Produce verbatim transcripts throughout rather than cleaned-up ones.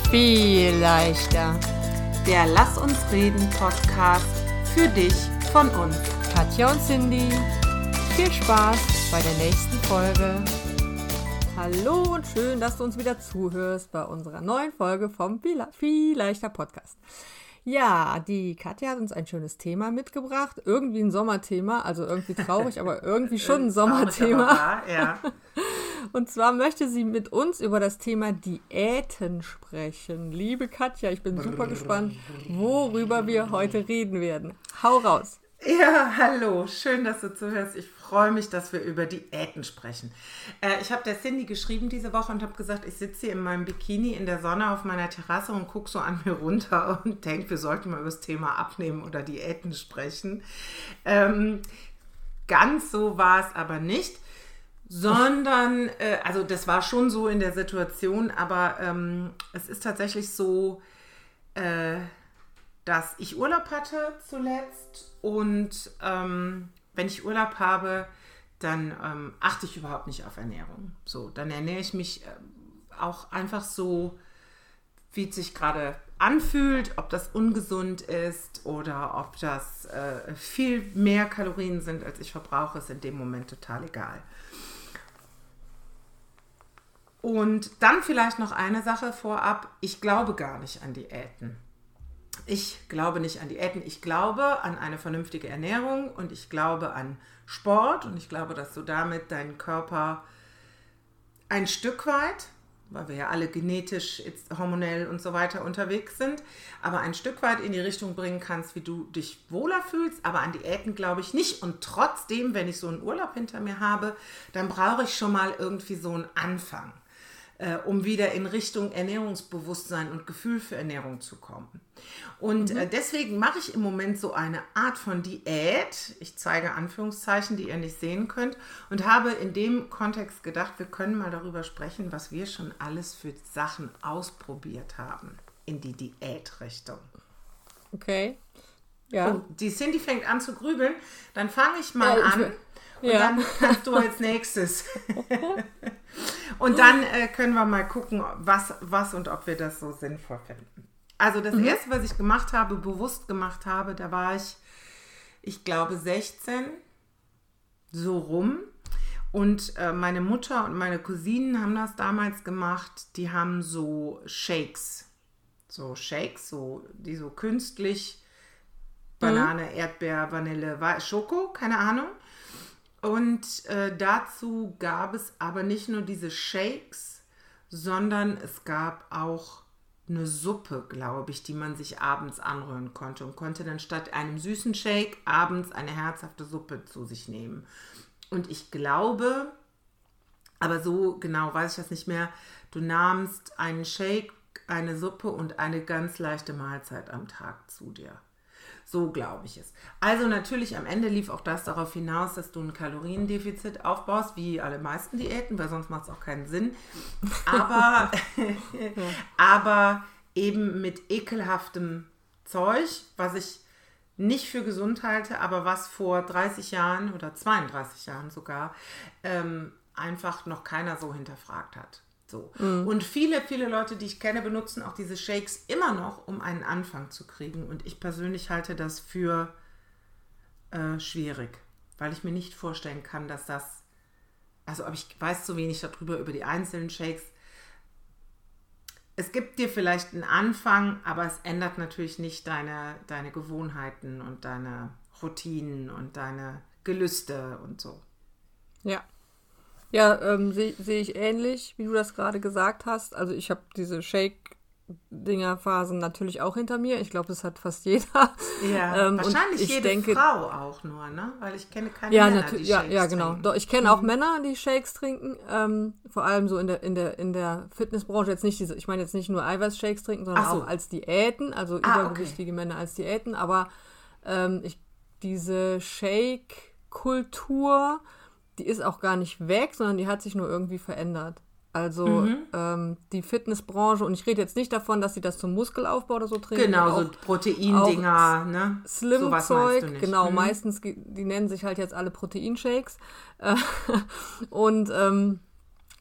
viel leichter. Der Lass uns reden Podcast für dich von uns. Katja und Cindy, viel Spaß bei der nächsten Folge. Hallo und schön, dass du uns wieder zuhörst bei unserer neuen Folge vom Viel leichter Podcast. Ja, die Katja hat uns ein schönes Thema mitgebracht. Irgendwie ein Sommerthema, also irgendwie traurig, aber irgendwie schon ein Sommerthema. Wahr, ja. Und zwar möchte sie mit uns über das Thema Diäten sprechen. Liebe Katja, ich bin super gespannt, worüber wir heute reden werden. Hau raus! Ja, hallo, schön, dass du zuhörst. Ich freue mich, dass wir über Diäten sprechen. Äh, ich habe der Cindy geschrieben diese Woche und habe gesagt, ich sitze hier in meinem Bikini in der Sonne auf meiner Terrasse und gucke so an mir runter und denke, wir sollten mal über das Thema Abnehmen oder Diäten sprechen. Ähm, ganz so war es aber nicht, sondern, äh, also das war schon so in der Situation, aber ähm, es ist tatsächlich so, äh, dass ich Urlaub hatte zuletzt und ähm, wenn ich Urlaub habe, dann ähm, achte ich überhaupt nicht auf Ernährung. So, dann ernähre ich mich äh, auch einfach so, wie es sich gerade anfühlt, ob das ungesund ist oder ob das äh, viel mehr Kalorien sind, als ich verbrauche, ist in dem Moment total egal. Und dann vielleicht noch eine Sache vorab, ich glaube gar nicht an Diäten. Ich glaube nicht an Diäten, ich glaube an eine vernünftige Ernährung und ich glaube an Sport und ich glaube, dass du damit deinen Körper ein Stück weit, weil wir ja alle genetisch, hormonell und so weiter unterwegs sind, aber ein Stück weit in die Richtung bringen kannst, wie du dich wohler fühlst, aber an Diäten glaube ich nicht. Und trotzdem, wenn ich so einen Urlaub hinter mir habe, dann brauche ich schon mal irgendwie so einen Anfang, äh, um wieder in Richtung Ernährungsbewusstsein und Gefühl für Ernährung zu kommen. Und mhm. äh, deswegen mache ich im Moment so eine Art von Diät, ich zeige Anführungszeichen, die ihr nicht sehen könnt, und habe in dem Kontext gedacht, wir können mal darüber sprechen, was wir schon alles für Sachen ausprobiert haben in die Diätrichtung. Okay, ja. Oh, die Cindy fängt an zu grübeln, dann fange ich mal ja, ich an will, und ja. dann kannst du als nächstes. Und dann äh, können wir mal gucken, was, was und ob wir das so sinnvoll finden. Also das mhm. erste, was ich gemacht habe, bewusst gemacht habe, da war ich, ich glaube, sechzehn, so rum. Und äh, meine Mutter und meine Cousinen haben das damals gemacht. Die haben so Shakes, so Shakes, so, die so künstlich, Banane, mhm. Erdbeer, Vanille, Schoko, keine Ahnung. Und äh, dazu gab es aber nicht nur diese Shakes, sondern es gab auch eine Suppe, glaube ich, die man sich abends anrühren konnte und konnte dann statt einem süßen Shake abends eine herzhafte Suppe zu sich nehmen. Und ich glaube, aber so genau weiß ich das nicht mehr, du nahmst einen Shake, eine Suppe und eine ganz leichte Mahlzeit am Tag zu dir. So glaube ich es. Also natürlich am Ende lief auch das darauf hinaus, dass du ein Kaloriendefizit aufbaust, wie alle meisten Diäten, weil sonst macht es auch keinen Sinn. Aber, aber eben mit ekelhaftem Zeug, was ich nicht für gesund halte, aber was vor dreißig Jahren oder zweiunddreißig Jahren sogar ähm, einfach noch keiner so hinterfragt hat. So. Mhm. Und viele, viele Leute, die ich kenne, benutzen auch diese Shakes immer noch, um einen Anfang zu kriegen. Und ich persönlich halte das für äh, schwierig, weil ich mir nicht vorstellen kann, dass das, also aber ich weiß zu wenig darüber, über die einzelnen Shakes. Es gibt dir vielleicht einen Anfang, aber es ändert natürlich nicht deine, deine Gewohnheiten und deine Routinen und deine Gelüste und so. Ja. Ja, ähm, sehe seh ich ähnlich, wie du das gerade gesagt hast. Also ich habe diese Shake-Dinger-Phasen natürlich auch hinter mir. Ich glaube, das hat fast jeder. Ja, ähm, wahrscheinlich und ich jede denke, Frau auch nur, ne? Weil ich kenne keine ja, Männer, natu- die ja, Shakes ja, genau. trinken. Doch, ich kenne auch Männer, die Shakes trinken. Ähm, vor allem so in der, in der, in der Fitnessbranche. Jetzt nicht diese, ich meine jetzt nicht nur Eiweiß-Shakes trinken, sondern Ach so. auch als Diäten. Also Ah, übergewichtige okay. Männer als Diäten. Aber ähm, ich, diese Shake-Kultur, die ist auch gar nicht weg, sondern die hat sich nur irgendwie verändert. Also mhm. ähm, die Fitnessbranche, und ich rede jetzt nicht davon, dass sie das zum Muskelaufbau oder so trinken. Genau, so Proteindinger, ne? Slim-Zeug, genau, mhm. meistens, die nennen sich halt jetzt alle Proteinshakes. Und ähm,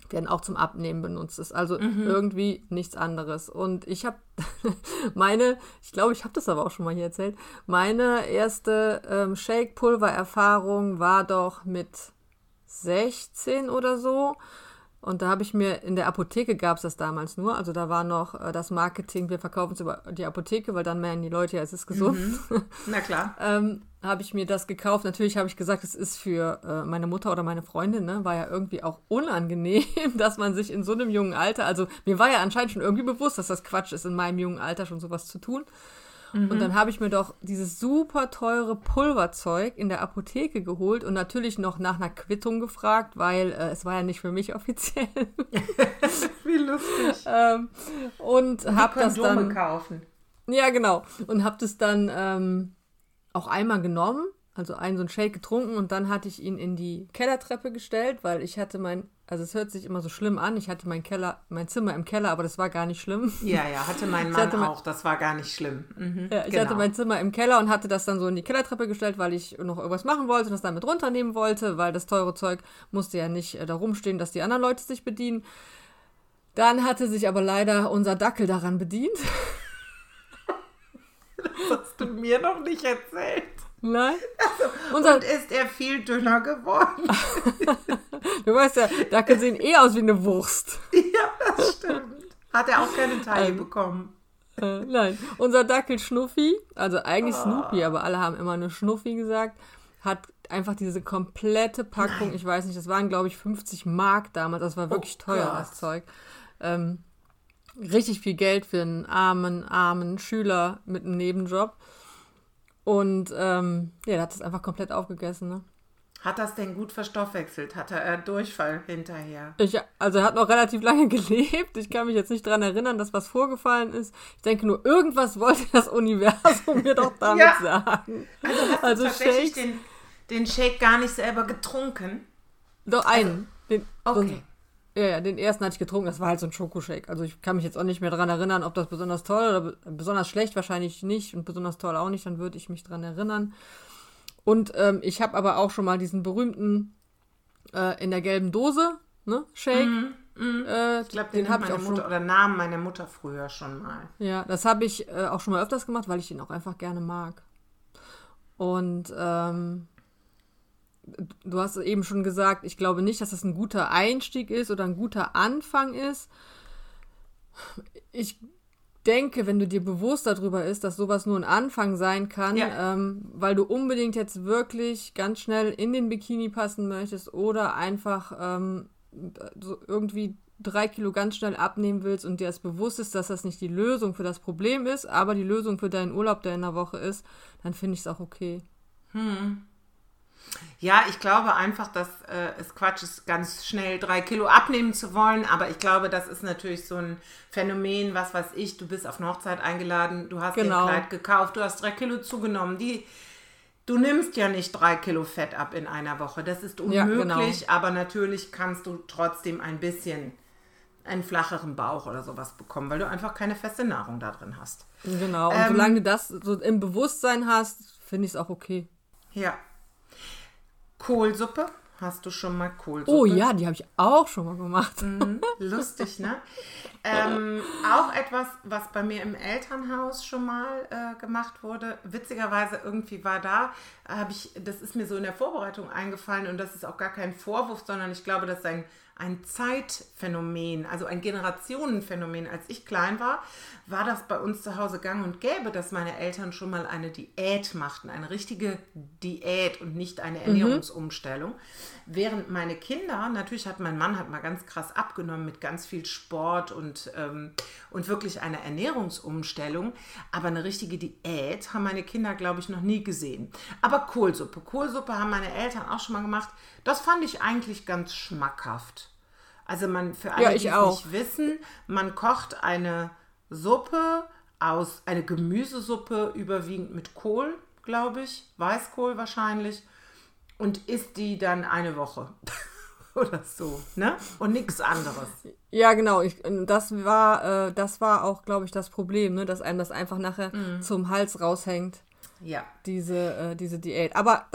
werden auch zum Abnehmen benutzt. Ist also mhm. irgendwie nichts anderes. Und ich habe meine, ich glaube, ich habe das aber auch schon mal hier erzählt, meine erste ähm, Shake-Pulver-Erfahrung war doch mit sechzehn oder so. Und da habe ich mir, in der Apotheke gab es das damals nur, also da war noch äh, das Marketing, wir verkaufen es über die Apotheke, weil dann meinen die Leute, ja, es ist gesund. Mhm. Na klar. ähm, habe ich mir das gekauft. Natürlich habe ich gesagt, es ist für äh, meine Mutter oder meine Freundin, ne, war ja irgendwie auch unangenehm, dass man sich in so einem jungen Alter, also mir war ja anscheinend schon irgendwie bewusst, dass das Quatsch ist, in meinem jungen Alter schon sowas zu tun. Mhm. Und dann habe ich mir doch dieses super teure Pulverzeug in der Apotheke geholt und natürlich noch nach einer Quittung gefragt, weil äh, es war ja nicht für mich offiziell. Wie lustig. ähm, und habe das dann kaufen. Ja, genau. Und habe das dann ähm, auch einmal genommen, also einen so einen Shake getrunken und dann hatte ich ihn in die Kellertreppe gestellt, weil ich hatte mein, also es hört sich immer so schlimm an, ich hatte mein Keller, mein Zimmer im Keller, aber das war gar nicht schlimm. Ja, ja, hatte mein Mann hatte auch, das war gar nicht schlimm. Mhm, ja, ich genau. hatte mein Zimmer im Keller und hatte das dann so in die Kellertreppe gestellt, weil ich noch irgendwas machen wollte und das dann mit runternehmen wollte, weil das teure Zeug musste ja nicht äh, da rumstehen, dass die anderen Leute sich bedienen. Dann hatte sich aber leider unser Dackel daran bedient. Das hast du mir noch nicht erzählt. Nein. Also, Unser, und ist er viel dünner geworden. Du weißt ja, Dackel sehen eh aus wie eine Wurst. Ja, das stimmt. Hat er auch keine Taille ähm, bekommen? Äh, nein. Unser Dackel Schnuffi, also eigentlich oh. Snoopy, aber alle haben immer nur Schnuffi gesagt, hat einfach diese komplette Packung, nein. Ich weiß nicht, das waren glaube ich fünfzig Mark damals, das war wirklich oh teuer, Gott. Das Zeug. Ähm, richtig viel Geld für einen armen, armen Schüler mit einem Nebenjob. Und ähm, ja, der hat das einfach komplett aufgegessen, ne? Hat das denn gut verstoffwechselt? Hatte er Durchfall hinterher? Ich, also er hat noch relativ lange gelebt. Ich kann mich jetzt nicht daran erinnern, dass was vorgefallen ist. Ich denke nur, irgendwas wollte das Universum mir doch damit ja. sagen. Also hast du also tatsächlich den, den Shake gar nicht selber getrunken? Doch, einen. Also, den, okay. So, ja, ja, den ersten hatte ich getrunken. Das war halt so ein Schokoshake. Also ich kann mich jetzt auch nicht mehr daran erinnern, ob das besonders toll oder be- besonders schlecht, wahrscheinlich nicht. Und besonders toll auch nicht. Dann würde ich mich dran erinnern. Und ähm, ich habe aber auch schon mal diesen berühmten äh, in der gelben Dose, ne, Shake. Mm, mm. Äh, ich glaube, den, den habe ich auch Mutter, schon, oder nahm meine Mutter früher schon mal. Ja, das habe ich äh, auch schon mal öfters gemacht, weil ich den auch einfach gerne mag. Und ähm, du hast eben schon gesagt, ich glaube nicht, dass das ein guter Einstieg ist oder ein guter Anfang ist. Ich denke, wenn du dir bewusst darüber ist, dass sowas nur ein Anfang sein kann, ja. ähm, weil du unbedingt jetzt wirklich ganz schnell in den Bikini passen möchtest oder einfach ähm, so irgendwie drei Kilo ganz schnell abnehmen willst und dir es bewusst ist, dass das nicht die Lösung für das Problem ist, aber die Lösung für deinen Urlaub, der in der Woche ist, dann finde ich es auch okay. Hm. Ja, ich glaube einfach, dass äh, es Quatsch ist, ganz schnell drei Kilo abnehmen zu wollen, aber ich glaube, das ist natürlich so ein Phänomen, was weiß ich, du bist auf eine Hochzeit eingeladen, du hast genau. dir ein Kleid gekauft, du hast drei Kilo zugenommen, die, du nimmst ja nicht drei Kilo Fett ab in einer Woche, das ist unmöglich, ja, genau. Aber natürlich kannst du trotzdem ein bisschen einen flacheren Bauch oder sowas bekommen, weil du einfach keine feste Nahrung da drin hast. Genau, und ähm, solange du das so im Bewusstsein hast, finde ich es auch okay. Ja. Kohlsuppe. Hast du schon mal Kohlsuppe? Oh ja, die habe ich auch schon mal gemacht. Mhm, lustig, ne? ähm, auch etwas, was bei mir im Elternhaus schon mal äh, gemacht wurde. Witzigerweise irgendwie war da, habe ich, das ist mir so in der Vorbereitung eingefallen und das ist auch gar kein Vorwurf, sondern ich glaube, das ist ein ein Zeitphänomen, also ein Generationenphänomen. Als ich klein war, war das bei uns zu Hause gang und gäbe, dass meine Eltern schon mal eine Diät machten, eine richtige Diät und nicht eine Ernährungsumstellung. Mhm. Während meine Kinder, natürlich hat mein Mann hat mal ganz krass abgenommen mit ganz viel Sport und, ähm, und wirklich eine Ernährungsumstellung, aber eine richtige Diät haben meine Kinder, glaube ich, noch nie gesehen. Aber Kohlsuppe, Kohlsuppe haben meine Eltern auch schon mal gemacht. Das fand ich eigentlich ganz schmackhaft. Also man, für alle, ja, die es nicht wissen, man kocht eine Suppe aus, eine Gemüsesuppe überwiegend mit Kohl, glaube ich, Weißkohl wahrscheinlich, und isst die dann eine Woche oder so, ne? Und nichts anderes. Ja, genau. Ich, das war, äh, das war auch, glaube ich, das Problem, ne? Dass einem das einfach nachher mhm. zum Hals raushängt. Ja. Diese, äh, diese Diät. Aber da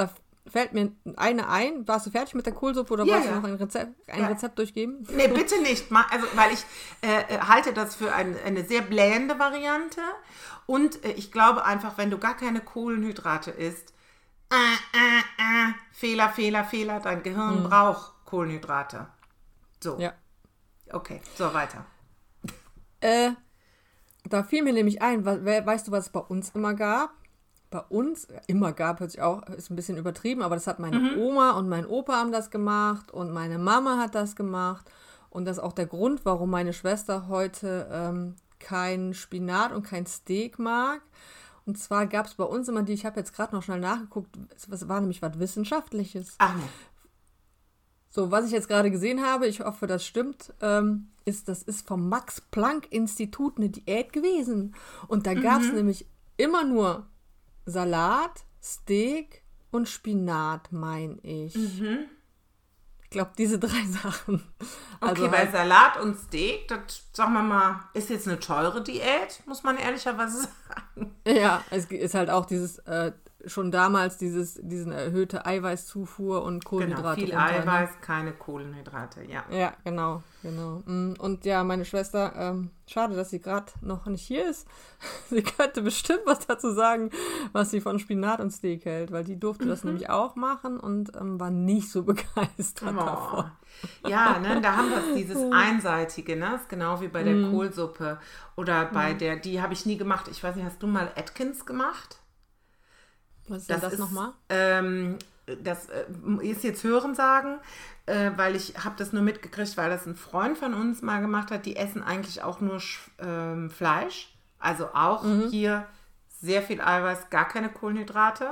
fällt mir eine ein. Warst du fertig mit der Kohlsuppe oder Ja, wolltest ja. du noch ein Rezept, ein Ja. Rezept durchgeben? Nee, bitte nicht. Ma- Also, weil ich äh, halte das für ein, eine sehr blähende Variante. Und äh, ich glaube einfach, wenn du gar keine Kohlenhydrate isst, äh, äh, äh, Fehler, Fehler, Fehler, dein Gehirn braucht Kohlenhydrate. So. Ja. Okay, so weiter. Äh, da fiel mir nämlich ein, we we- weißt du, was es bei uns immer gab? Bei uns, äh, immer gab, hört sich auch, ist ein bisschen übertrieben, aber das hat meine Oma und mein Opa haben das gemacht und meine Mama hat das gemacht. Und das ist auch der Grund, warum meine Schwester heute ähm, kein Spinat und kein Steak mag. Und zwar gab es bei uns immer die, ich habe jetzt gerade noch schnell nachgeguckt, es war nämlich was Wissenschaftliches. Ach nee. So, was ich jetzt gerade gesehen habe, ich hoffe, das stimmt, ähm, ist, das ist vom Max-Planck-Institut eine Diät gewesen. Und da gab es nämlich immer nur Salat, Steak und Spinat, meine ich. Ich glaube, diese drei Sachen. Okay, Also bei halt, Salat und Steak, das, sagen wir mal, ist jetzt eine teure Diät, muss man ehrlicherweise sagen. ja, es ist halt auch dieses, äh, schon damals dieses, diesen erhöhte Eiweißzufuhr und Genau, Kohlenhydrate. viel runter, ne? Eiweiß, keine Kohlenhydrate, ja. Ja, genau, genau. Mm, Und ja, meine Schwester, ähm, schade, dass sie gerade noch nicht hier ist. Sie könnte bestimmt was dazu sagen, was sie von Spinat und Steak hält, weil die durfte das nämlich auch machen und ähm, war nicht so begeistert davon. Oh. Ja, ne, da haben wir es, dieses Einseitige, ne? Ist genau wie bei der Mm. Kohlsuppe oder bei der, die habe ich nie gemacht. Ich weiß nicht, hast du mal Atkins gemacht? Was ist denn das, ist, nochmal? Ähm, das äh, ist jetzt Hörensagen, äh, weil ich habe das nur mitgekriegt, weil das ein Freund von uns mal gemacht hat. Die essen eigentlich auch nur Sch- ähm, Fleisch, also auch hier sehr viel Eiweiß, gar keine Kohlenhydrate.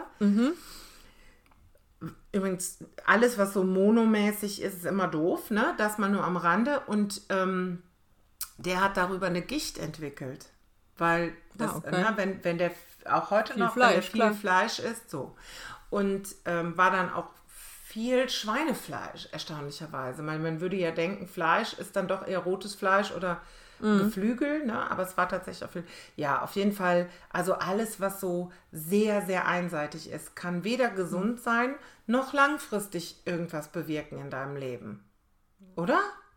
Übrigens, alles, was so monomäßig ist, ist immer doof, ne? Das mal nur am Rande. Und ähm, der hat darüber eine Gicht entwickelt. Weil, das, Ah, okay. ne, wenn, wenn der auch heute Viel noch, wenn der Fleisch, viel klar. Fleisch isst, so. Und ähm, war dann auch viel Schweinefleisch, erstaunlicherweise. Man, man würde ja denken, Fleisch ist dann doch eher rotes Fleisch oder Geflügel, ne? Aber es war tatsächlich auch viel. Ja, auf jeden Fall, also alles, was so sehr, sehr einseitig ist, kann weder gesund sein, noch langfristig irgendwas bewirken in deinem Leben. Oder?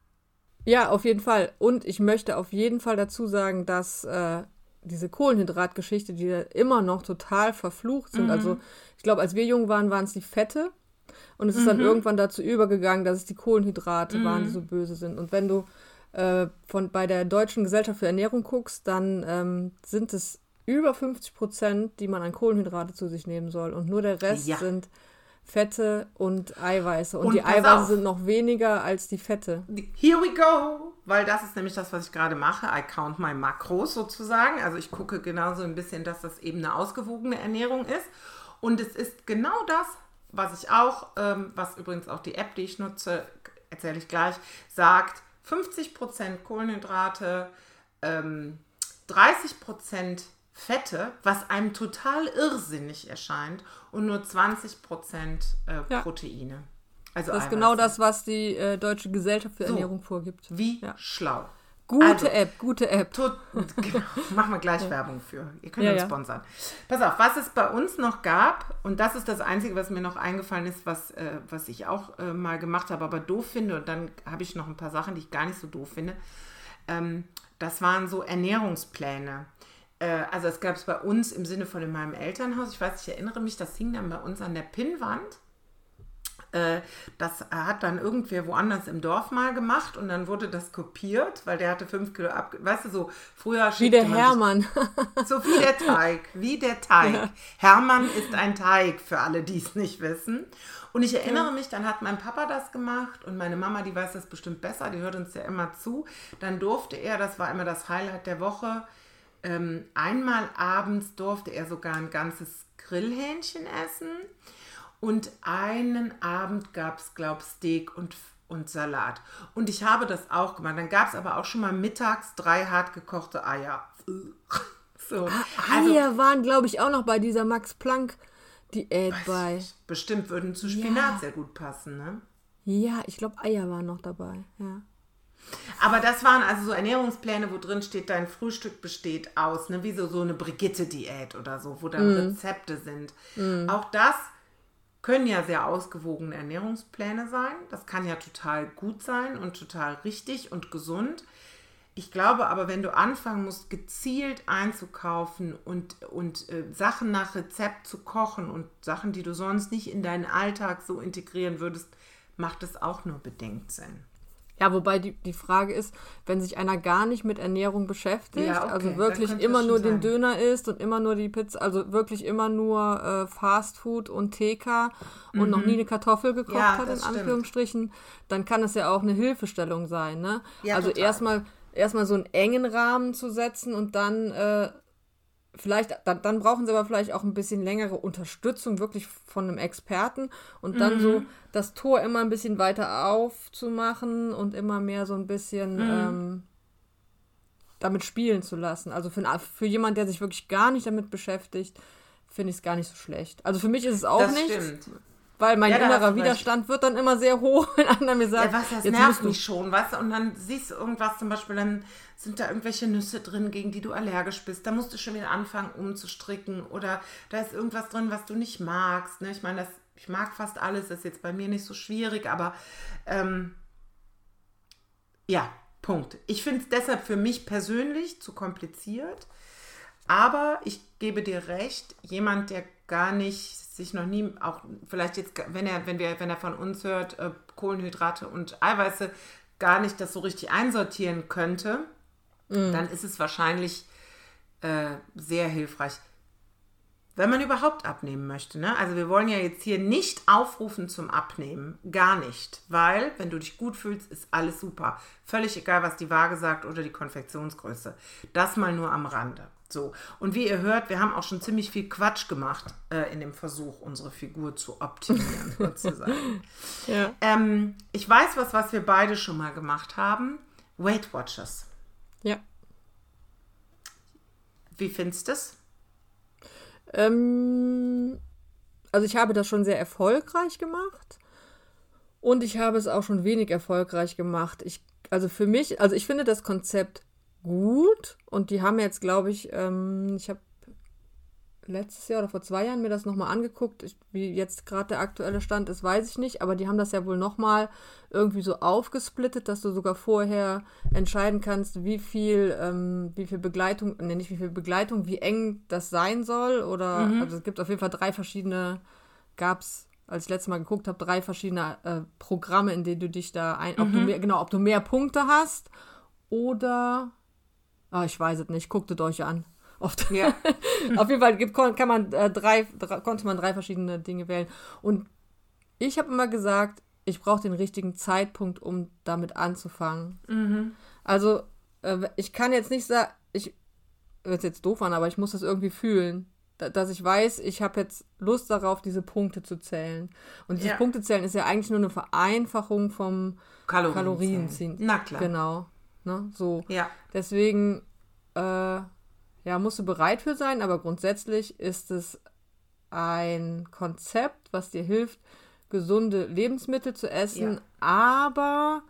Ja, auf jeden Fall. Und ich möchte auf jeden Fall dazu sagen, dass äh, diese Kohlenhydratgeschichte, die da immer noch total verflucht sind. Also ich glaube, als wir jung waren, waren es die Fette. Und es ist dann irgendwann dazu übergegangen, dass es die Kohlenhydrate waren, die so böse sind. Und wenn du äh, von, bei der Deutschen Gesellschaft für Ernährung guckst, dann ähm, sind es über fünfzig Prozent, die man an Kohlenhydrate zu sich nehmen soll. Und nur der Rest Ja. sind Fette und Eiweiße. Und, Und die pass Eiweiße auf. sind noch weniger als die Fette. Here we go! Weil das ist nämlich das, was ich gerade mache. I count my Makros sozusagen. Also ich gucke genauso ein bisschen, dass das eben eine ausgewogene Ernährung ist. Und es ist genau das, was ich auch, ähm, was übrigens auch die App, die ich nutze, erzähle ich gleich, sagt, fünfzig Prozent Kohlenhydrate, ähm, dreißig Prozent Fette, was einem total irrsinnig erscheint, und nur zwanzig Prozent äh, Ja. Proteine. Also Das ist genau Eiweiße. das, was die äh, Deutsche Gesellschaft für So. Ernährung vorgibt. Wie Ja. schlau. Gute Also, App, gute App. Tot, genau, machen wir gleich Werbung für. Ihr könnt Ja, uns ja. sponsern. Pass auf, was es bei uns noch gab, und das ist das Einzige, was mir noch eingefallen ist, was, äh, was ich auch äh, mal gemacht habe, aber doof finde, und dann habe ich noch ein paar Sachen, die ich gar nicht so doof finde. Ähm, das waren so Ernährungspläne. Äh, also es gab es bei uns im Sinne von in meinem Elternhaus, ich weiß, ich erinnere mich, das hing dann bei uns an der Pinnwand. Das hat dann irgendwer woanders im Dorf mal gemacht und dann wurde das kopiert, weil der hatte fünf Kilo ab. Weißt du, so früher Wie der schickte man Hermann. sich- So wie der Teig, wie der Teig. Ja. Hermann ist ein Teig, für alle, die es nicht wissen. Und ich erinnere mich, dann hat mein Papa das gemacht und meine Mama, die weiß das bestimmt besser, die hört uns ja immer zu. Dann durfte er, das war immer das Highlight der Woche, ähm, einmal abends durfte er sogar ein ganzes Grillhähnchen essen. Und einen Abend gab es, glaube ich, Steak und, und Salat. Und ich habe das auch gemacht. Dann gab es aber auch schon mal mittags drei hart gekochte Eier. So. Also, Eier waren, glaube ich, auch noch bei dieser Max-Planck-Diät bei. bestimmt würden zu Spinat Ja. sehr gut passen, ne? Ja, ich glaube, Eier waren noch dabei. Ja. Aber das waren also so Ernährungspläne, wo drin steht, dein Frühstück besteht aus, ne? Wie so, so eine Brigitte-Diät oder so, wo dann Rezepte sind. Auch das können ja sehr ausgewogene Ernährungspläne sein. Das kann ja total gut sein und total richtig und gesund. Ich glaube aber, wenn du anfangen musst, gezielt einzukaufen und, und äh, Sachen nach Rezept zu kochen und Sachen, die du sonst nicht in deinen Alltag so integrieren würdest, macht es auch nur bedingt Sinn. Ja, wobei die, die Frage ist, wenn sich einer gar nicht mit Ernährung beschäftigt, Ja, okay, also wirklich dann könnte immer das nur schon den sein. Döner isst und immer nur die Pizza, also wirklich immer nur äh, Fastfood und T K und noch nie eine Kartoffel gekocht Ja, hat, in das stimmt. Anführungsstrichen, dann kann es ja auch eine Hilfestellung sein, ne? Ja, also total. erstmal erstmal so einen engen Rahmen zu setzen und dann äh, vielleicht, dann, dann brauchen sie aber vielleicht auch ein bisschen längere Unterstützung wirklich von einem Experten und dann Mhm. so das Tor immer ein bisschen weiter aufzumachen und immer mehr so ein bisschen Mhm. ähm, damit spielen zu lassen. Also für, für jemanden, der sich wirklich gar nicht damit beschäftigt, finde ich es gar nicht so schlecht. Also für mich ist es auch Das nicht, stimmt. weil mein Ja, da hast innerer du recht. Widerstand wird dann immer sehr hoch, wenn einer mir sagt, Ja, was, das jetzt nervt musst du mich schon, weißt du? Und dann siehst du irgendwas zum Beispiel, dann sind da irgendwelche Nüsse drin, gegen die du allergisch bist. Da musst du schon wieder anfangen umzustricken. Oder da ist irgendwas drin, was du nicht magst. Ne? Ich meine, das, ich mag fast alles, das ist jetzt bei mir nicht so schwierig, aber ähm, ja, Punkt. Ich finde es deshalb für mich persönlich zu kompliziert. Aber ich gebe dir recht, jemand, der gar nicht sich noch nie, auch vielleicht jetzt, wenn er, wenn wir, wenn er von uns hört, äh, Kohlenhydrate und Eiweiße gar nicht das so richtig einsortieren könnte, mm. dann ist es wahrscheinlich äh, sehr hilfreich. Wenn man überhaupt abnehmen möchte, ne? Also wir wollen ja jetzt hier nicht aufrufen zum Abnehmen, gar nicht, weil wenn du dich gut fühlst, ist alles super. Völlig egal, was die Waage sagt oder die Konfektionsgröße. Das mal nur am Rande. So. Und wie ihr hört, wir haben auch schon ziemlich viel Quatsch gemacht äh, in dem Versuch, unsere Figur zu optimieren, sozusagen. Ja. Ähm, ich weiß was, was wir beide schon mal gemacht haben. Weight Watchers. Ja. Wie findest du das? Ähm, also ich habe das schon sehr erfolgreich gemacht und ich habe es auch schon wenig erfolgreich gemacht. Ich, also für mich, also ich finde das Konzept gut und die haben jetzt, glaube ich, ähm, ich habe letztes Jahr oder vor zwei Jahren mir das nochmal angeguckt. Ich, wie jetzt gerade der aktuelle Stand ist, weiß ich nicht, aber die haben das ja wohl nochmal irgendwie so aufgesplittet, dass du sogar vorher entscheiden kannst, wie viel, ähm, wie viel Begleitung, ne, nicht wie viel Begleitung, wie eng das sein soll oder, mhm. also es gibt auf jeden Fall drei verschiedene, gab es, als ich letztes Mal geguckt habe, drei verschiedene äh, Programme, in denen du dich da ein, mhm. ob du mehr, genau, ob du mehr Punkte hast oder, ah, ich weiß es nicht, gucktet euch an. Oft. Ja. Auf jeden Fall gibt, kann man, äh, drei, drei, konnte man drei verschiedene Dinge wählen. Und ich habe immer gesagt, ich brauche den richtigen Zeitpunkt, um damit anzufangen. Mhm. Also, äh, ich kann jetzt nicht sagen, ich hört es jetzt doof an, aber ich muss das irgendwie fühlen, da, dass ich weiß, ich habe jetzt Lust darauf, diese Punkte zu zählen. Und dieses ja. Punktezählen ist ja eigentlich nur eine Vereinfachung vom Kalorien Kalorienziehen. Na klar. Genau. Ne? So. Ja. Deswegen, äh, ja, musst du bereit für sein, aber grundsätzlich ist es ein Konzept, was dir hilft, gesunde Lebensmittel zu essen, ja. aber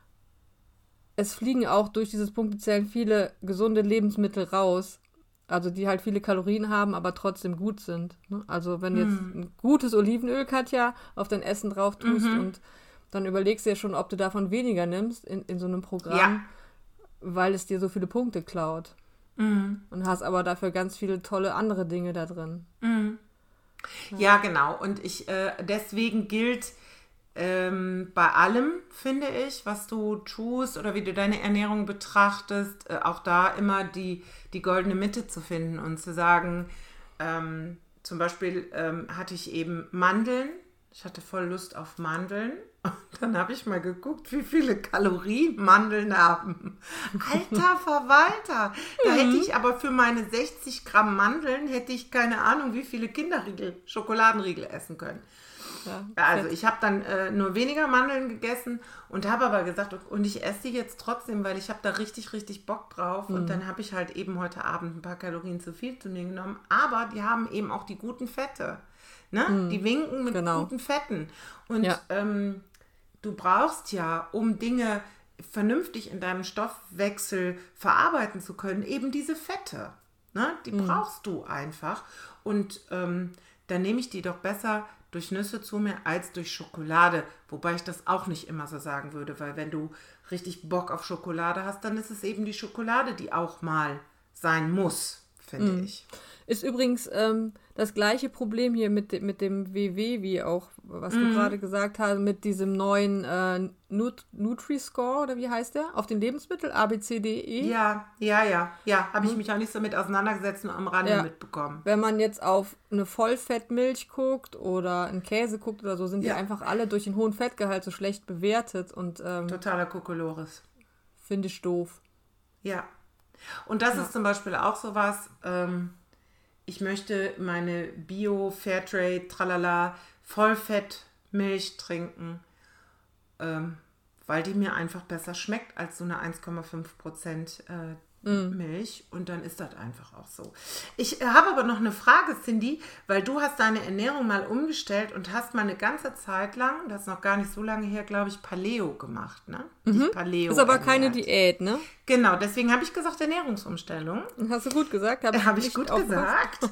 es fliegen auch durch dieses Punktezählen viele gesunde Lebensmittel raus, also die halt viele Kalorien haben, aber trotzdem gut sind. Also wenn du jetzt hm. ein gutes Olivenöl, Katja, auf dein Essen drauf tust mhm. und dann überlegst du ja schon, ob du davon weniger nimmst in, in so einem Programm, ja. weil es dir so viele Punkte klaut. Mhm. Und hast aber dafür ganz viele tolle andere Dinge da drin. Mhm. Ja. ja, genau. Und ich äh, deswegen gilt ähm, bei allem, finde ich, was du tust oder wie du deine Ernährung betrachtest, äh, auch da immer die, die goldene Mitte zu finden und zu sagen, ähm, zum Beispiel ähm, hatte ich eben Mandeln. Ich hatte voll Lust auf Mandeln. Und dann habe ich mal geguckt, wie viele Kalorien Mandeln haben. Alter Verwalter! Da mhm. hätte ich aber für meine sechzig Gramm Mandeln, hätte ich keine Ahnung, wie viele Kinderriegel, Schokoladenriegel essen können. Ja, also ich habe dann äh, nur weniger Mandeln gegessen und habe aber gesagt, und ich esse die jetzt trotzdem, weil ich habe da richtig, richtig Bock drauf. Mhm. Und dann habe ich halt eben heute Abend ein paar Kalorien zu viel zu mir genommen. Aber die haben eben auch die guten Fette. Ne? Mhm. Die winken mit genau. guten Fetten. Und ja. ähm, du brauchst ja, um Dinge vernünftig in deinem Stoffwechsel verarbeiten zu können, eben diese Fette. Ne? Die mhm. brauchst du einfach. Und ähm, dann nehme ich die doch besser durch Nüsse zu mir als durch Schokolade. Wobei ich das auch nicht immer so sagen würde, weil wenn du richtig Bock auf Schokolade hast, dann ist es eben die Schokolade, die auch mal sein muss, finde mhm. ich. Ist übrigens ähm, das gleiche Problem hier mit, mit dem W W, wie auch, was mm. du gerade gesagt hast, mit diesem neuen äh, Nut- Nutri-Score, oder wie heißt der? Auf den Lebensmittel, A, B, C, D, E? Ja, ja, ja. Ja, habe ich mich auch nicht so mit auseinandergesetzt und am Rande ja. mitbekommen. Wenn man jetzt auf eine Vollfettmilch guckt oder einen Käse guckt oder so, sind ja. die einfach alle durch den hohen Fettgehalt so schlecht bewertet. Und ähm, totaler Kokolores. Finde ich doof. Ja. Und das ja. ist zum Beispiel auch sowas, ähm, ich möchte meine Bio, Fairtrade, Tralala, Vollfettmilch trinken, ähm, weil die mir einfach besser schmeckt als so eine eins Komma fünf Prozent äh, mm. Milch. Und dann ist das einfach auch so. Ich äh, habe aber noch eine Frage, Cindy, weil du hast deine Ernährung mal umgestellt und hast mal eine ganze Zeit lang, das ist noch gar nicht so lange her, glaube ich, Paleo gemacht, ne? Mhm. Paleo ist aber ernährt. keine Diät, ne? Genau, deswegen habe ich gesagt Ernährungsumstellung. Hast du gut gesagt? Hab Habe ich gut gesagt.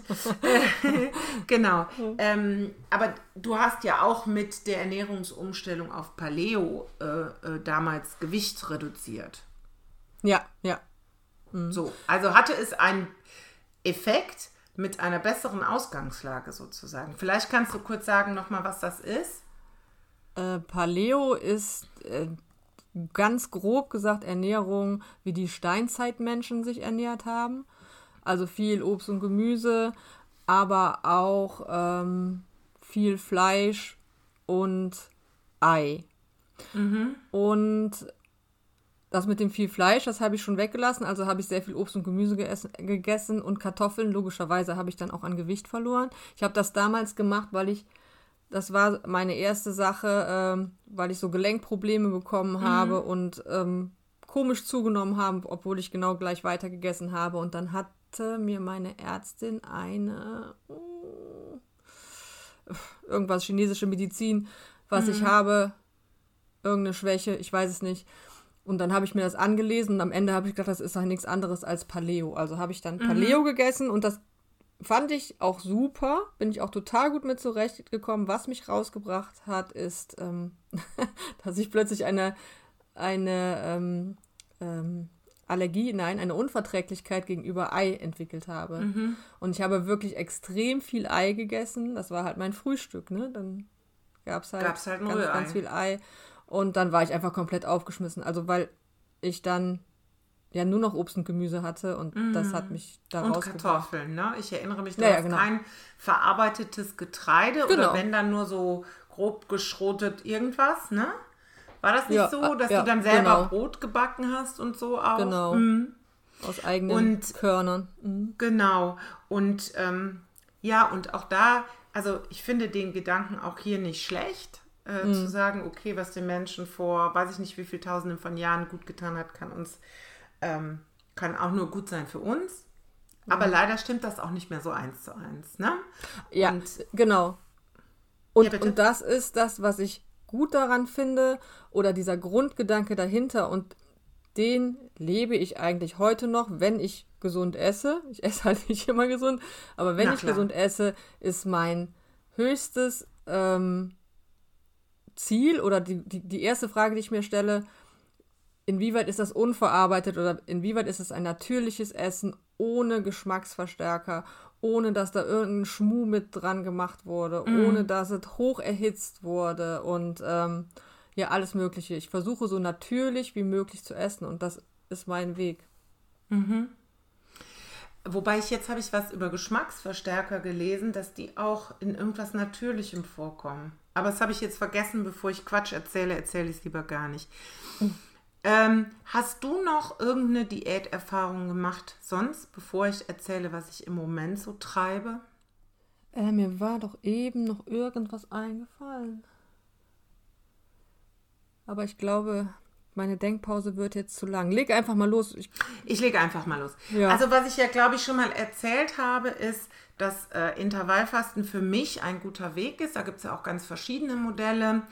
Genau. Ähm, aber du hast ja auch mit der Ernährungsumstellung auf Paleo äh, äh, damals Gewicht reduziert. Ja, ja. Mhm. So, also hatte es einen Effekt mit einer besseren Ausgangslage sozusagen. Vielleicht kannst du kurz sagen nochmal, was das ist. Äh, Paleo ist äh, ganz grob gesagt Ernährung, wie die Steinzeitmenschen sich ernährt haben. Also viel Obst und Gemüse, aber auch ähm, viel Fleisch und Ei. Mhm. Und das mit dem viel Fleisch, das habe ich schon weggelassen. Also habe ich sehr viel Obst und Gemüse geessen, gegessen und Kartoffeln. Logischerweise habe ich dann auch an Gewicht verloren. Ich habe das damals gemacht, weil ich, das war meine erste Sache, ähm, weil ich so Gelenkprobleme bekommen habe mhm. und ähm, komisch zugenommen habe, obwohl ich genau gleich weiter gegessen habe. Und dann hatte mir meine Ärztin eine uh, irgendwas, chinesische Medizin, was mhm. ich habe, irgendeine Schwäche, ich weiß es nicht. Und dann habe ich mir das angelesen und am Ende habe ich gedacht, das ist doch nichts anderes als Paleo. Also habe ich dann Paleo mhm. gegessen und das fand ich auch super, bin ich auch total gut mit zurechtgekommen. Was mich rausgebracht hat, ist, ähm, dass ich plötzlich eine, eine ähm, ähm, Allergie, nein, eine Unverträglichkeit gegenüber Ei entwickelt habe. Mhm. Und ich habe wirklich extrem viel Ei gegessen. Das war halt mein Frühstück, ne? Dann gab es halt, Gab's halt ganz, ganz viel Ei. Und dann war ich einfach komplett aufgeschmissen. Also weil ich dann ja nur noch Obst und Gemüse hatte und mm. das hat mich da rausgebracht. Und Kartoffeln, ne? Ich erinnere mich, du ja, hast ja, genau. kein verarbeitetes Getreide genau. oder wenn dann nur so grob geschrotet irgendwas, ne? War das nicht ja, so, dass ja, du dann selber genau. Brot gebacken hast und so auch? Genau. Mm. Aus eigenen und, Körnern. Mhm. Genau. Und ähm, ja, und auch da, also ich finde den Gedanken auch hier nicht schlecht. Äh, mm. zu sagen, okay, was den Menschen vor, weiß ich nicht, wie viel Tausenden von Jahren gut getan hat, kann uns, ähm, kann auch nur gut sein für uns. Mm. Aber leider stimmt das auch nicht mehr so eins zu eins, ne? Ja, und, genau. Und, ja, und das ist das, was ich gut daran finde oder dieser Grundgedanke dahinter und den lebe ich eigentlich heute noch, wenn ich gesund esse. Ich esse halt nicht immer gesund, aber wenn Na ich klar. gesund esse, ist mein höchstes ähm, Ziel oder die, die, die erste Frage, die ich mir stelle, inwieweit ist das unverarbeitet oder inwieweit ist es ein natürliches Essen ohne Geschmacksverstärker, ohne dass da irgendein Schmuh mit dran gemacht wurde, mm. ohne dass es hoch erhitzt wurde und ähm, ja, alles Mögliche. Ich versuche so natürlich wie möglich zu essen und das ist mein Weg. Mhm. Wobei ich jetzt habe ich was über Geschmacksverstärker gelesen, dass die auch in irgendwas Natürlichem vorkommen. Aber das habe ich jetzt vergessen, bevor ich Quatsch erzähle, erzähle ich es lieber gar nicht. Mhm. Ähm, hast du noch irgendeine Diäterfahrung gemacht sonst, bevor ich erzähle, was ich im Moment so treibe? Äh, mir war doch eben noch irgendwas eingefallen. Aber ich glaube, meine Denkpause wird jetzt zu lang. Leg einfach mal los. Ich, ich lege einfach mal los. Ja. Also was ich ja, glaube ich, schon mal erzählt habe, ist, dass äh, Intervallfasten für mich ein guter Weg ist. Da gibt es ja auch ganz verschiedene Modelle.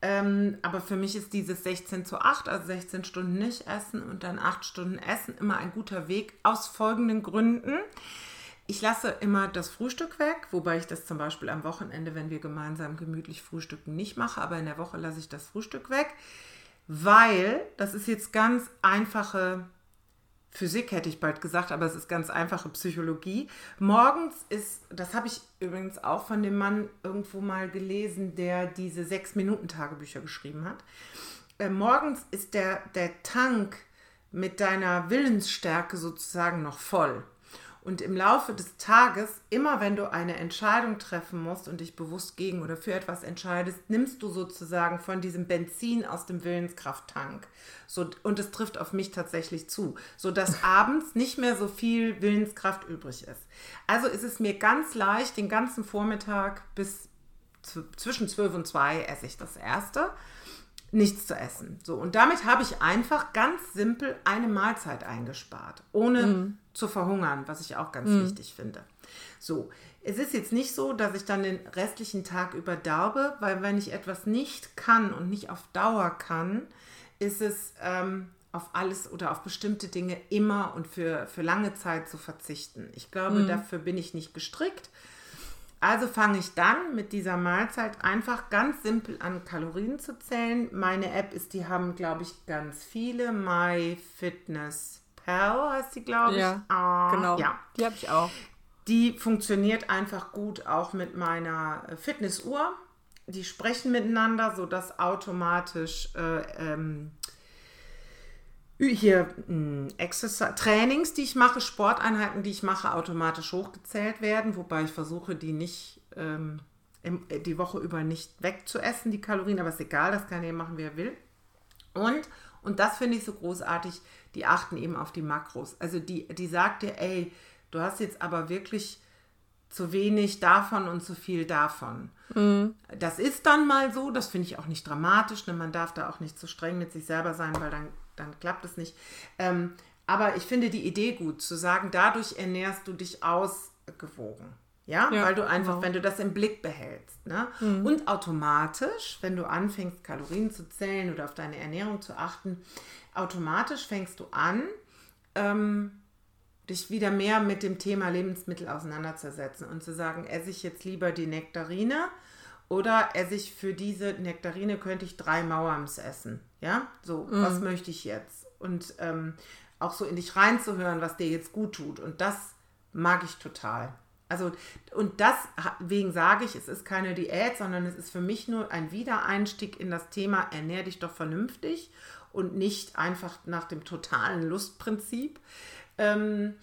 Ähm, aber für mich ist dieses sechzehn zu acht, also sechzehn Stunden nicht essen und dann acht Stunden essen, immer ein guter Weg aus folgenden Gründen. Ich lasse immer das Frühstück weg, wobei ich das zum Beispiel am Wochenende, wenn wir gemeinsam gemütlich frühstücken, nicht mache, aber in der Woche lasse ich das Frühstück weg, weil, das ist jetzt ganz einfache Physik, hätte ich bald gesagt, aber es ist ganz einfache Psychologie. Morgens ist, das habe ich übrigens auch von dem Mann irgendwo mal gelesen, der diese sechs-Minuten-Tagebücher geschrieben hat. Äh, morgens ist der, der Tank mit deiner Willensstärke sozusagen noch voll. Und im Laufe des Tages, immer wenn du eine Entscheidung treffen musst und dich bewusst gegen oder für etwas entscheidest, nimmst du sozusagen von diesem Benzin aus dem Willenskrafttank. So, und es trifft auf mich tatsächlich zu, sodass abends nicht mehr so viel Willenskraft übrig ist. Also ist es mir ganz leicht, den ganzen Vormittag bis zu, zwischen zwölf und zwei esse ich das Erste. Nichts zu essen. So, und damit habe ich einfach ganz simpel eine Mahlzeit eingespart, ohne mm. zu verhungern, was ich auch ganz mm. wichtig finde. So, es ist jetzt nicht so, dass ich dann den restlichen Tag überdarbe, weil wenn ich etwas nicht kann und nicht auf Dauer kann, ist es ähm, auf alles oder auf bestimmte Dinge immer und für, für lange Zeit zu verzichten. Ich glaube, mm. dafür bin ich nicht gestrickt. Also fange ich dann mit dieser Mahlzeit einfach ganz simpel an, Kalorien zu zählen. Meine App ist, die haben, glaube ich, ganz viele. MyFitnessPal heißt die, glaube ich. Ja, ah, genau. Ja. Die habe ich auch. Die funktioniert einfach gut auch mit meiner Fitnessuhr. Die sprechen miteinander, sodass automatisch äh, ähm, hier Exercise, Trainings, die ich mache, Sporteinheiten, die ich mache, automatisch hochgezählt werden, wobei ich versuche, die nicht ähm, im, die Woche über nicht wegzuessen, die Kalorien, aber ist egal, das kann jeder machen, wie er will. Und, und das finde ich so großartig, die achten eben auf die Makros. Also die, die sagt dir, ey, du hast jetzt aber wirklich zu wenig davon und zu viel davon. Mhm. Das ist dann mal so, das finde ich auch nicht dramatisch, ne? Man darf da auch nicht zu streng mit sich selber sein, weil dann dann klappt es nicht. Ähm, aber ich finde die Idee gut, zu sagen, dadurch ernährst du dich ausgewogen. Ja, ja, weil du einfach, genau. wenn du das im Blick behältst. Ne? Mhm. Und automatisch, wenn du anfängst, Kalorien zu zählen oder auf deine Ernährung zu achten, automatisch fängst du an, ähm, dich wieder mehr mit dem Thema Lebensmittel auseinanderzusetzen und zu sagen, esse ich jetzt lieber die Nektarine oder esse ich für diese Nektarine, könnte ich drei Mauerms essen. Ja, so, mm. was möchte ich jetzt? Und ähm, auch so in dich reinzuhören, was dir jetzt gut tut. Und das mag ich total. Also, und deswegen sage ich, es ist keine Diät, sondern es ist für mich nur ein Wiedereinstieg in das Thema, ernähr dich doch vernünftig und nicht einfach nach dem totalen Lustprinzip. Ähm,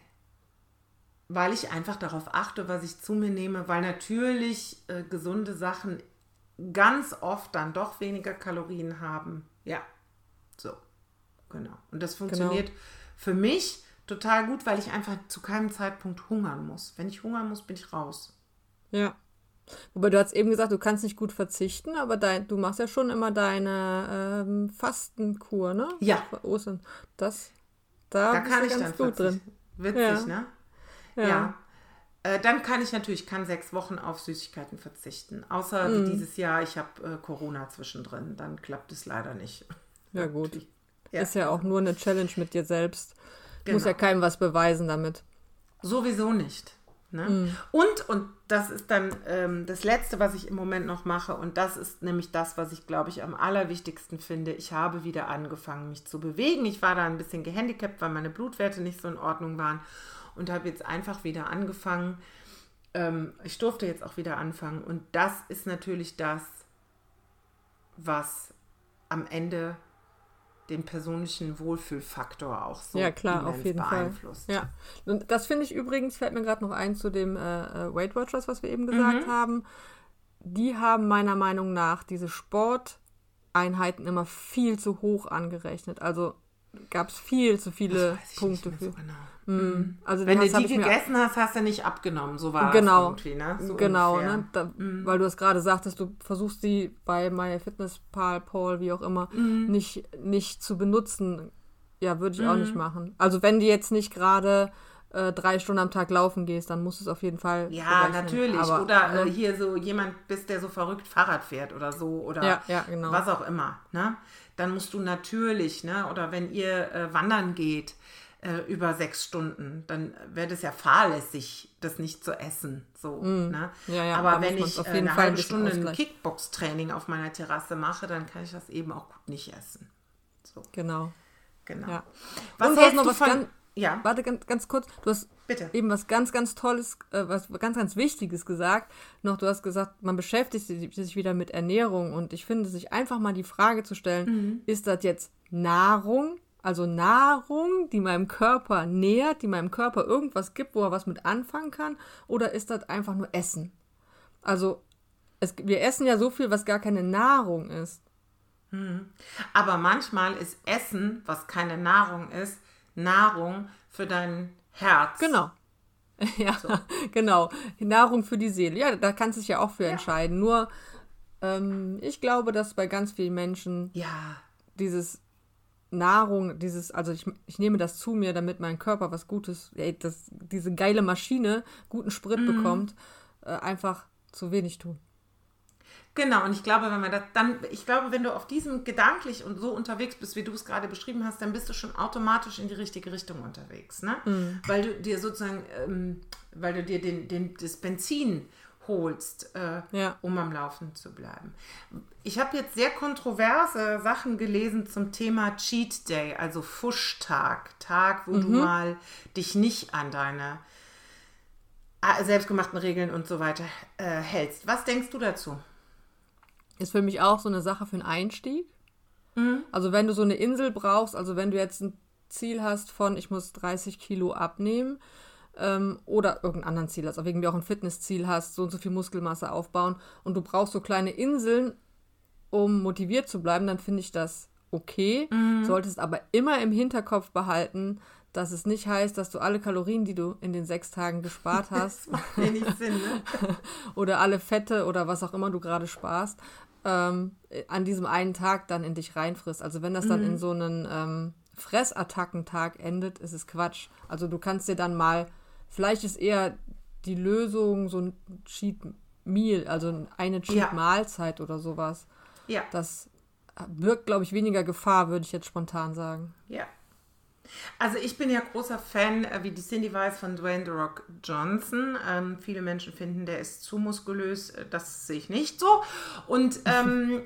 weil ich einfach darauf achte, was ich zu mir nehme, weil natürlich äh, gesunde Sachen ganz oft dann doch weniger Kalorien haben. Ja, so, genau. Und das funktioniert genau. für mich total gut, weil ich einfach zu keinem Zeitpunkt hungern muss. Wenn ich hungern muss, bin ich raus. Ja. Wobei du hast eben gesagt, du kannst nicht gut verzichten, aber dein, du machst ja schon immer deine ähm, Fastenkur, ne? Ja. Ostern. Das, da, da kann ich ganz dann gut drin. Witzig, ja. ne? Ja. ja. Äh, dann kann ich natürlich, kann sechs Wochen auf Süßigkeiten verzichten. Außer mm. wie dieses Jahr, ich habe äh, Corona zwischendrin. Dann klappt es leider nicht. Ja gut. Ja. Ist ja auch nur eine Challenge mit dir selbst. Du genau. musst ja keinem was beweisen damit. Sowieso nicht. Ne? Mm. Und, und das ist dann ähm, das Letzte, was ich im Moment noch mache. Und das ist nämlich das, was ich, glaube ich, am allerwichtigsten finde. Ich habe wieder angefangen, mich zu bewegen. Ich war da ein bisschen gehandicapt, weil meine Blutwerte nicht so in Ordnung waren. Und habe jetzt einfach wieder angefangen. Ähm, ich durfte jetzt auch wieder anfangen. Und das ist natürlich das, was am Ende den persönlichen Wohlfühlfaktor auch so ja, klar, auf jeden beeinflusst. Fall. Ja. Und das finde ich übrigens, fällt mir gerade noch ein zu dem äh, Weight Watchers, was wir eben gesagt mhm. haben. Die haben meiner Meinung nach diese Sporteinheiten immer viel zu hoch angerechnet. Also gab es viel zu viele Punkte für. So genau. Mm. Also wenn du die gegessen hast, hast du nicht abgenommen, so war genau, das irgendwie, ne? So genau, ne? Da, mm. Weil du es gerade sagtest, du versuchst die bei MyFitnessPal, Paul, wie auch immer, mm. nicht, nicht zu benutzen. Ja, würde ich mm. auch nicht machen. Also wenn die jetzt nicht gerade äh, drei Stunden am Tag laufen gehst, dann musst du es auf jeden Fall Ja, berechnen. natürlich. Aber, oder ne? äh, hier so jemand bist, der so verrückt Fahrrad fährt oder so. Oder Ja, ja, genau. was auch immer. Ne? Dann musst du natürlich, ne? Oder wenn ihr äh, wandern geht äh, über sechs Stunden, dann wäre das ja fahrlässig, das nicht zu essen. So, Mm. ne? Ja, ja, da Aber muss wenn man's ich auf äh, jeden eine Fall ein halbe bisschen Stunde ein ausgleichen. Kickbox-Training auf meiner Terrasse mache, dann kann ich das eben auch gut nicht essen. So, Genau. genau. Ja. Was Und du hast hältst noch du was von... ganz, ja, warte, ganz, ganz kurz, du hast bitte. eben was ganz, ganz Tolles, äh, was ganz, ganz Wichtiges gesagt. Noch, du hast gesagt, man beschäftigt sich wieder mit Ernährung und ich finde, sich einfach mal die Frage zu stellen, Mhm. ist das jetzt Nahrung, also Nahrung, die meinem Körper nährt, die meinem Körper irgendwas gibt, wo er was mit anfangen kann, oder ist das einfach nur Essen? Also, es, wir essen ja so viel, was gar keine Nahrung ist. Aber manchmal ist Essen, was keine Nahrung ist, Nahrung für dein Herz. Genau. Ja, genau. Nahrung für die Seele. Ja, da kannst du dich ja auch für entscheiden. Nur, ähm, ich glaube, dass bei ganz vielen Menschen Ja, dieses Nahrung, dieses, also ich, ich nehme das zu mir, damit mein Körper was Gutes, ey, das, diese geile Maschine guten Sprit Mhm. bekommt, äh, einfach zu wenig tun. genau. Und ich glaube, wenn man das dann, ich glaube, wenn du auf diesem gedanklich und so unterwegs bist, wie du es gerade beschrieben hast, dann bist du schon automatisch in die richtige Richtung unterwegs, ne? Mhm. Weil du dir sozusagen, ähm, weil du dir den, den, das Benzin holst, äh, Ja. um am Laufen zu bleiben. Ich habe jetzt sehr kontroverse Sachen gelesen zum Thema Cheat Day, also Fuschtag, Tag, wo du mal dich nicht an deine äh, selbstgemachten Regeln und so weiter äh, hältst. Was denkst du dazu? Ist für mich auch so eine Sache für einen Einstieg. Also wenn du so eine Insel brauchst, also wenn du jetzt ein Ziel hast von, ich muss dreißig Kilo abnehmen ähm, oder irgendein anderes Ziel hast, auch irgendwie auch ein Fitnessziel hast, so und so viel Muskelmasse aufbauen und du brauchst so kleine Inseln, um motiviert zu bleiben, dann finde ich das okay. Solltest aber immer im Hinterkopf behalten, dass es nicht heißt, dass du alle Kalorien, die du in den sechs Tagen gespart hast, Das macht wenig Sinn, ne? oder alle Fette oder was auch immer du gerade sparst, ähm, an diesem einen Tag dann in dich reinfrisst. Also wenn das dann in so einen ähm, Fressattackentag endet, ist es Quatsch. Also du kannst dir dann mal, vielleicht ist eher die Lösung so ein Cheat Meal, also eine Cheat Mahlzeit oder sowas. Ja. Das birgt, glaube ich, weniger Gefahr, würde ich jetzt spontan sagen. Ja. Also ich bin ja großer Fan, äh, wie die Cindy weiß, von Dwayne The Rock Johnson. Ähm, viele Menschen finden, der ist zu muskulös. Äh, Das sehe ich nicht so. Und, ähm,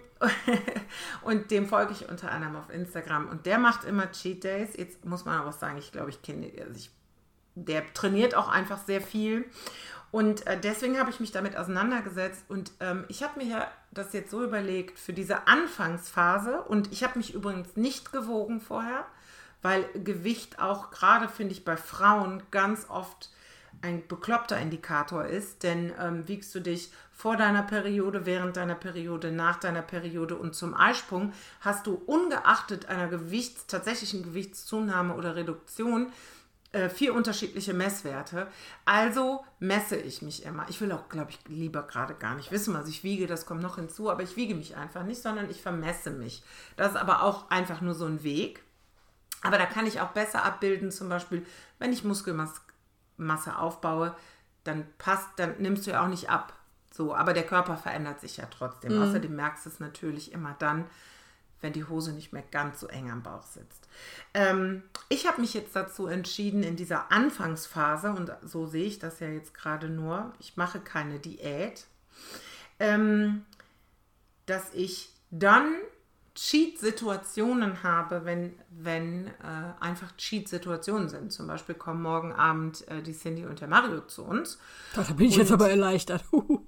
und dem folge ich unter anderem auf Instagram. Und der macht immer Cheat Days. Jetzt muss man aber sagen, ich glaube, ich kenne, also ich, der trainiert auch einfach sehr viel. Und äh, deswegen habe ich mich damit auseinandergesetzt. Und ähm, ich habe mir ja das jetzt so überlegt für diese Anfangsphase. Und ich habe mich übrigens nicht gewogen vorher, weil Gewicht auch gerade, finde ich, bei Frauen ganz oft ein bekloppter Indikator ist, denn ähm, wiegst du dich vor deiner Periode, während deiner Periode, nach deiner Periode und zum Eisprung, hast du ungeachtet einer Gewichts-, tatsächlichen Gewichtszunahme oder Reduktion äh, vier unterschiedliche Messwerte. Also messe ich mich immer. Ich will auch, glaube ich, lieber gerade gar nicht wissen, was ich wiege, das kommt noch hinzu, aber ich wiege mich einfach nicht, sondern ich vermesse mich. Das ist aber auch einfach nur so ein Weg. Aber da kann ich auch besser abbilden, zum Beispiel, wenn ich Muskelmasse aufbaue, dann passt, dann nimmst du ja auch nicht ab. So, aber der Körper verändert sich ja trotzdem. Mhm. Außerdem merkst du es natürlich immer dann, wenn die Hose nicht mehr ganz so eng am Bauch sitzt. Ähm, ich habe mich jetzt dazu entschieden, in dieser Anfangsphase, und so sehe ich das ja jetzt gerade nur, ich mache keine Diät, ähm, dass ich dann Cheat-Situationen habe, wenn, wenn äh, einfach Cheat-Situationen sind. Zum Beispiel kommen morgen Abend äh, die Cindy und der Mario zu uns. Da bin ich und, jetzt aber erleichtert.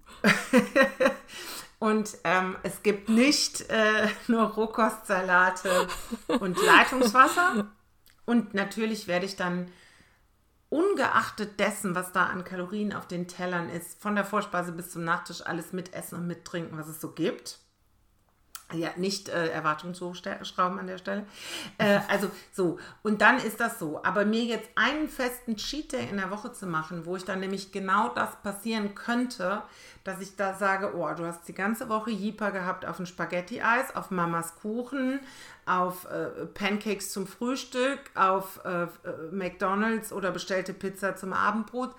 Und ähm, es gibt nicht äh, nur Rohkostsalate und Leitungswasser. Und natürlich werde ich dann ungeachtet dessen, was da an Kalorien auf den Tellern ist, von der Vorspeise bis zum Nachtisch alles mitessen und mittrinken, was es so gibt. Ja, nicht äh, Erwartungen zu schrauben an der Stelle. Äh, also so, und dann ist das so. Aber mir jetzt einen festen Cheat Day in der Woche zu machen, wo ich dann nämlich genau das passieren könnte, dass ich da sage, oh, du hast die ganze Woche Jeeper gehabt auf ein Spaghetti-Eis, auf Mamas Kuchen, auf äh, Pancakes zum Frühstück, auf äh, McDonald's oder bestellte Pizza zum Abendbrot.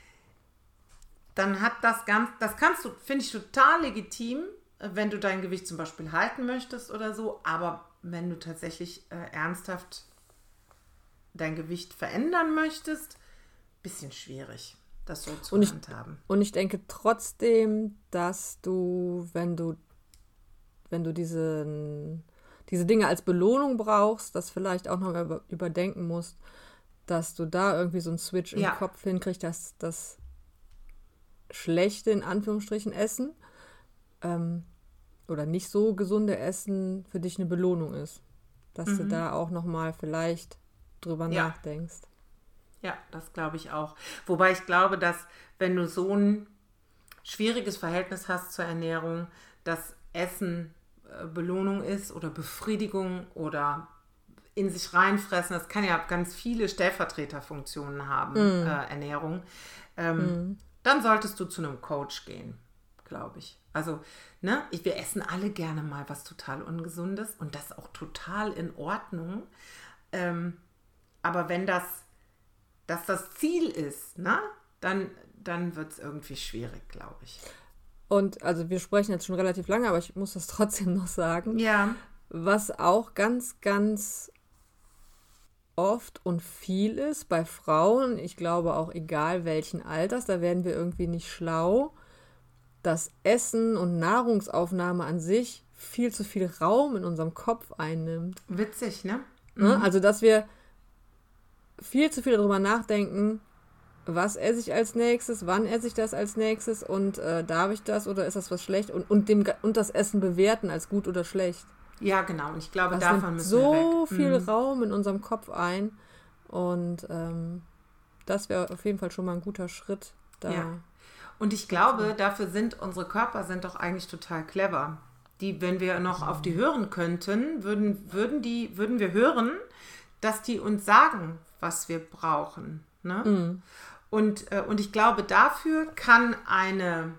Dann hat das ganz, das kannst du, finde ich, total legitim, wenn du dein Gewicht zum Beispiel halten möchtest oder so, aber wenn du tatsächlich äh, ernsthaft dein Gewicht verändern möchtest, bisschen schwierig, das so zu und handhaben. Ich, und ich denke trotzdem, dass du, wenn du, wenn du diese, diese Dinge als Belohnung brauchst, das vielleicht auch noch über, überdenken musst, dass du da irgendwie so einen Switch im ja. Kopf hinkriegst, dass das schlechte, in Anführungsstrichen, Essen ähm, oder nicht so gesunde Essen für dich eine Belohnung ist. Dass mhm. du da auch nochmal vielleicht drüber ja. nachdenkst. Ja, das glaube ich auch. Wobei ich glaube, dass wenn du so ein schwieriges Verhältnis hast zur Ernährung, dass Essen äh, Belohnung ist oder Befriedigung oder in sich reinfressen, das kann ja ganz viele Stellvertreterfunktionen haben, mm. äh, Ernährung, ähm, mm. dann solltest du zu einem Coach gehen, glaube ich. Also, ne, ich, wir essen alle gerne mal was total Ungesundes und das ist auch total in Ordnung. Ähm, aber wenn das, das das Ziel ist, ne, dann, dann wird es irgendwie schwierig, glaube ich. Und also wir sprechen jetzt schon relativ lange, aber ich muss das trotzdem noch sagen. Ja. Was auch ganz, ganz oft und viel ist bei Frauen, ich glaube auch egal welchen Alters, da werden wir irgendwie nicht schlau, dass Essen und Nahrungsaufnahme an sich viel zu viel Raum in unserem Kopf einnimmt. Witzig, ne? Mhm. Also, dass wir viel zu viel darüber nachdenken, was esse ich als nächstes, wann esse ich das als nächstes und äh, darf ich das oder ist das was schlecht und, und, dem, und das Essen bewerten als gut oder schlecht. Ja, genau. Und ich glaube, das davon müssen so wir weg. So viel mhm. Raum in unserem Kopf ein und ähm, das wäre auf jeden Fall schon mal ein guter Schritt da. Ja. Und ich glaube, dafür sind unsere Körper sind doch eigentlich total clever. Die, wenn wir noch auf die hören könnten, würden, würden, die, würden wir hören, dass die uns sagen, was wir brauchen. Ne? Mhm. Und, äh, und ich glaube, dafür kann eine,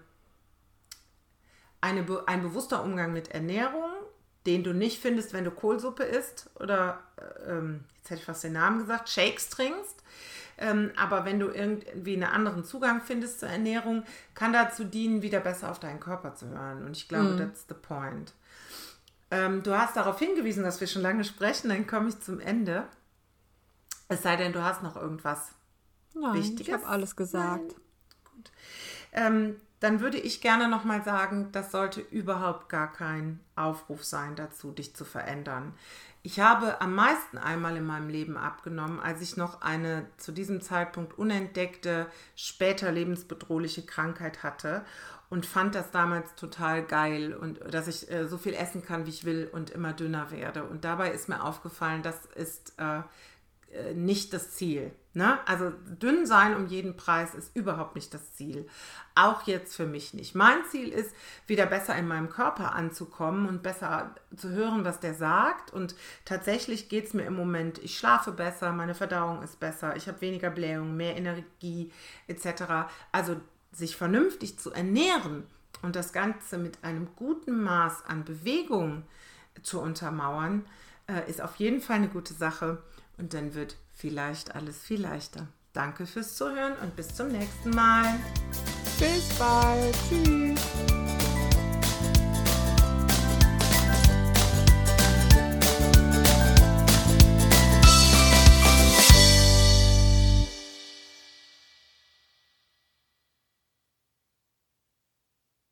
eine, ein bewusster Umgang mit Ernährung, den du nicht findest, wenn du Kohlsuppe isst oder, ähm, jetzt hätte ich fast den Namen gesagt, Shakes trinkst, ähm, aber wenn du irgendwie einen anderen Zugang findest zur Ernährung, kann dazu dienen, wieder besser auf deinen Körper zu hören. Und ich glaube, mm. that's the point. Ähm, du hast darauf hingewiesen, dass wir schon lange sprechen, dann komme ich zum Ende. Es sei denn, du hast noch irgendwas Nein, Wichtiges. Ich habe alles gesagt. Nein. Gut. Ähm, dann würde ich gerne nochmal sagen, das sollte überhaupt gar kein Aufruf sein dazu, dich zu verändern. Ich habe am meisten einmal in meinem Leben abgenommen, als ich noch eine zu diesem Zeitpunkt unentdeckte, später lebensbedrohliche Krankheit hatte und fand das damals total geil und dass ich äh, so viel essen kann, wie ich will und immer dünner werde. Und dabei ist mir aufgefallen, das ist äh, äh, nicht das Ziel. Ne? Also dünn sein um jeden Preis ist überhaupt nicht das Ziel. Auch jetzt für mich nicht. Mein Ziel ist, wieder besser in meinem Körper anzukommen und besser zu hören, was der sagt. Und tatsächlich geht es mir im Moment, ich schlafe besser, meine Verdauung ist besser, ich habe weniger Blähungen, mehr Energie et cetera. Also sich vernünftig zu ernähren und das Ganze mit einem guten Maß an Bewegung zu untermauern, äh, ist auf jeden Fall eine gute Sache. Und dann wird vielleicht alles viel leichter. Danke fürs Zuhören und bis zum nächsten Mal. Bis bald. Tschüss.